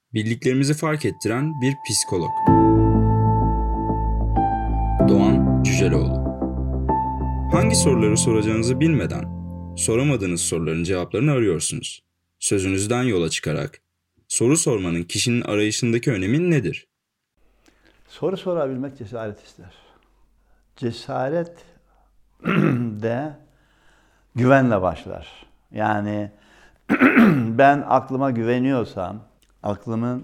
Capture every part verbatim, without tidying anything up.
Bildiklerimizi fark ettiren bir psikolog. Doğan Cüceloğlu. Hangi soruları soracağınızı bilmeden, soramadığınız soruların cevaplarını arıyorsunuz. Sözünüzden yola çıkarak, soru sormanın kişinin arayışındaki önemi nedir? Soru sorabilmek cesaret ister. Cesaret de güvenle başlar. Yani ben aklıma güveniyorsam, aklımın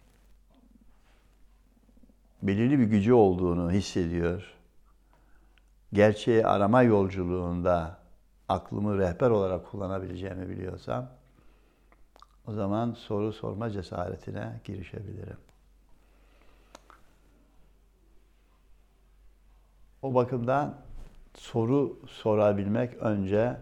belirli bir gücü olduğunu hissediyor, gerçeği arama yolculuğunda aklımı rehber olarak kullanabileceğimi biliyorsam, o zaman soru sorma cesaretine girişebilirim. O bakımdan soru sorabilmek önce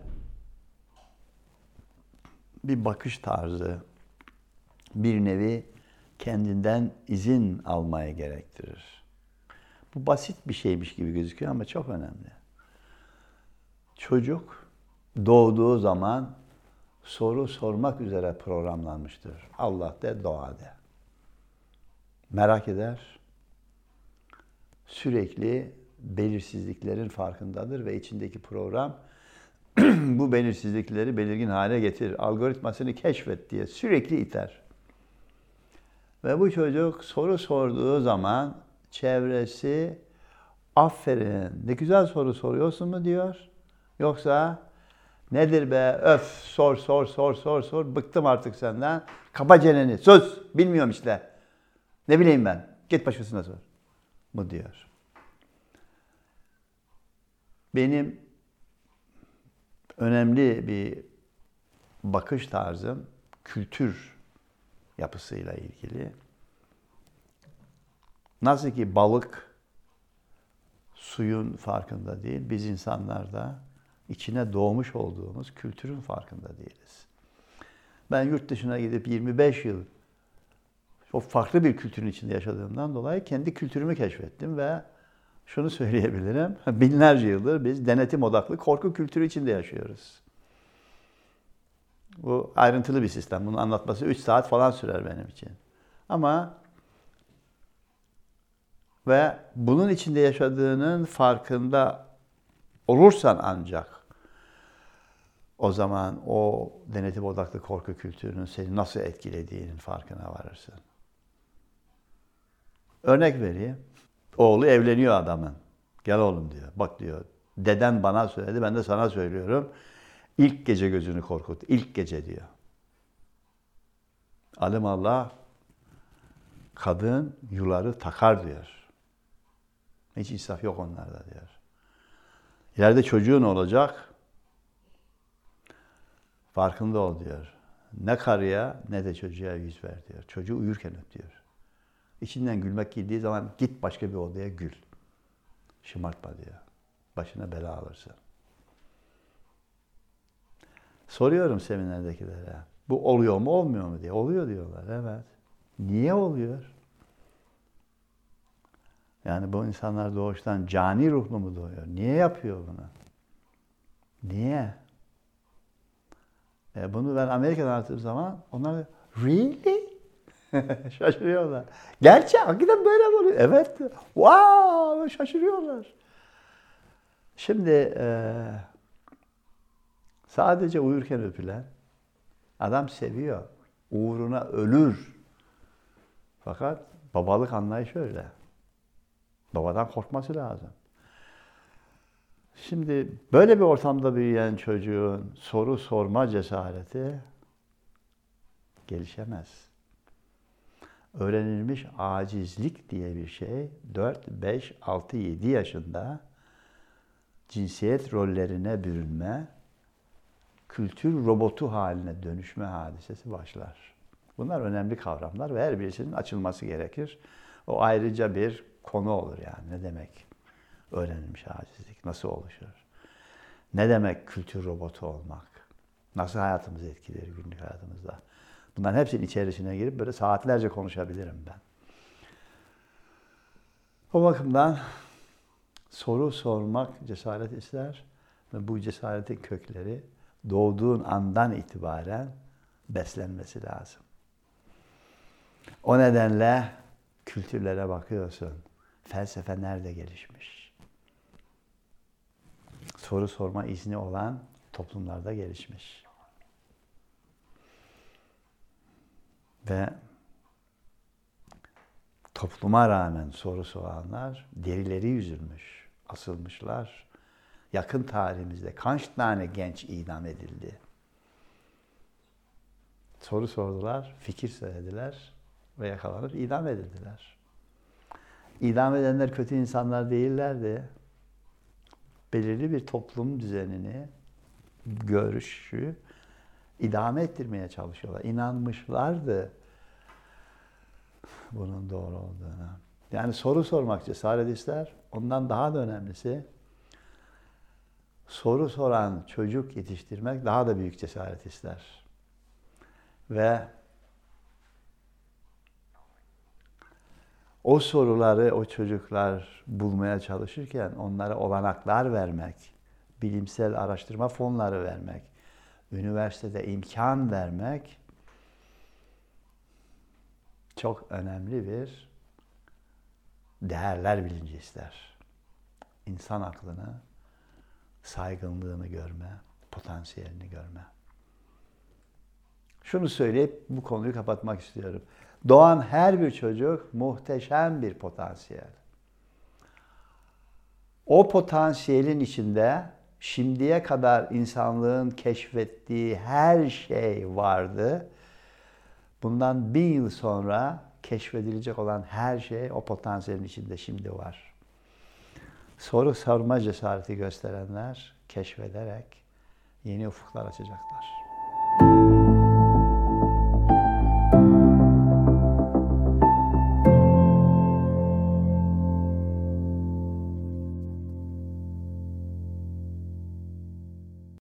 bir bakış tarzı, bir nevi kendinden izin almayı gerektirir. Bu basit bir şeymiş gibi gözüküyor ama çok önemli. Çocuk doğduğu zaman soru sormak üzere programlanmıştır. Allah de, doğa de. Merak eder. Sürekli belirsizliklerin farkındadır ve içindeki program bu belirsizlikleri belirgin hale getir, algoritmasını keşfet diye sürekli iter. Ve bu çocuk soru sorduğu zaman çevresi aferin ne güzel soru soruyorsun mu diyor. Yoksa nedir be öf sor sor sor sor sor bıktım artık senden. Kapa çeneni sus bilmiyorum işte. Ne bileyim ben git başkasına sor mu diyor. Benim önemli bir bakış tarzım kültür yapısıyla ilgili. Nasıl ki balık suyun farkında değil, biz insanlar da içine doğmuş olduğumuz kültürün farkında değiliz. Ben yurt dışına gidip yirmi beş yıl çok farklı bir kültürün içinde yaşadığımdan dolayı kendi kültürümü keşfettim ve şunu söyleyebilirim, binlerce yıldır biz denetim odaklı korku kültürü içinde yaşıyoruz. Bu ayrıntılı bir sistem. Bunu anlatması üç saat falan sürer benim için. Ama ve bunun içinde yaşadığının farkında olursan ancak o zaman o denetim odaklı korku kültürünün seni nasıl etkilediğinin farkına varırsın. Örnek vereyim. Oğlu evleniyor adamın. Gel oğlum diyor. Bak diyor. Deden bana söyledi, ben de sana söylüyorum. İlk gece gözünü korkut. İlk gece diyor. Alimallah kadın yuları takar diyor. Hiç insaf yok onlarda diyor. İleride çocuğun olacak. Farkında ol diyor. Ne karıya ne de çocuğa yüz ver diyor. Çocuğu uyurken öp diyor. İçinden gülmek girdiği zaman git başka bir odaya gül. Şımartma diyor. Başına bela alırsın. Soruyorum seminerdekilere. Bu oluyor mu olmuyor mu diye. Oluyor diyorlar. Evet. Niye oluyor? Yani bu insanlar doğuştan cani ruhlu mu doğuyor? Niye yapıyor bunu? Niye? E bunu ben Amerika'da anlattığım zaman onlar really? Şaşırıyorlar. Gerçi hakikaten böyle mi oluyor? Evet. Wow! Şaşırıyorlar. Şimdi e, sadece uyurken öpülen adam seviyor. Uğruna ölür. Fakat babalık anlayışı öyle. Babadan korkması lazım. Şimdi böyle bir ortamda büyüyen çocuğun soru sorma cesareti gelişemez. Öğrenilmiş acizlik diye bir şey dört, beş, altı, yedi yaşında cinsiyet rollerine bürünme, kültür robotu haline dönüşme hadisesi başlar. Bunlar önemli kavramlar ve her birisinin açılması gerekir. O ayrıca bir konu olur yani. Ne demek öğrenilmiş acizlik? Nasıl oluşur? Ne demek kültür robotu olmak? Nasıl hayatımızı etkiler günlük hayatımızda? Bunların hepsinin içerisine girip böyle saatlerce konuşabilirim ben. O bakımdan soru sormak cesaret ister ve bu cesaretin kökleri doğduğun andan itibaren beslenmesi lazım. O nedenle kültürlere bakıyorsun. Felsefe nerede gelişmiş? Soru sorma izni olan toplumlarda gelişmiş. Ve topluma rağmen soru soranlar derileri yüzülmüş, asılmışlar. Yakın tarihimizde kaç tane genç idam edildi? Soru sordular, fikir söylediler ve yakalanıp idam edildiler. İdam edenler kötü insanlar değillerdi. Belirli bir toplum düzenini, görüşü idame ettirmeye çalışıyorlar. İnanmışlardı bunun doğru olduğuna. Yani soru sormak cesaret ister. Ondan daha da önemlisi soru soran çocuk yetiştirmek daha da büyük cesaret ister. Ve o soruları o çocuklar bulmaya çalışırken onlara olanaklar vermek, bilimsel araştırma fonları vermek, üniversitede imkan vermek çok önemli bir değerler bilinci ister. İnsan aklını, saygınlığını görme, potansiyelini görme. Şunu söyleyip bu konuyu kapatmak istiyorum. Doğan her bir çocuk muhteşem bir potansiyel. O potansiyelin içinde şimdiye kadar insanlığın keşfettiği her şey vardı. Bundan bin yıl sonra keşfedilecek olan her şey o potansiyelin içinde şimdi var. Soru sorma cesareti gösterenler keşfederek yeni ufuklar açacaklar.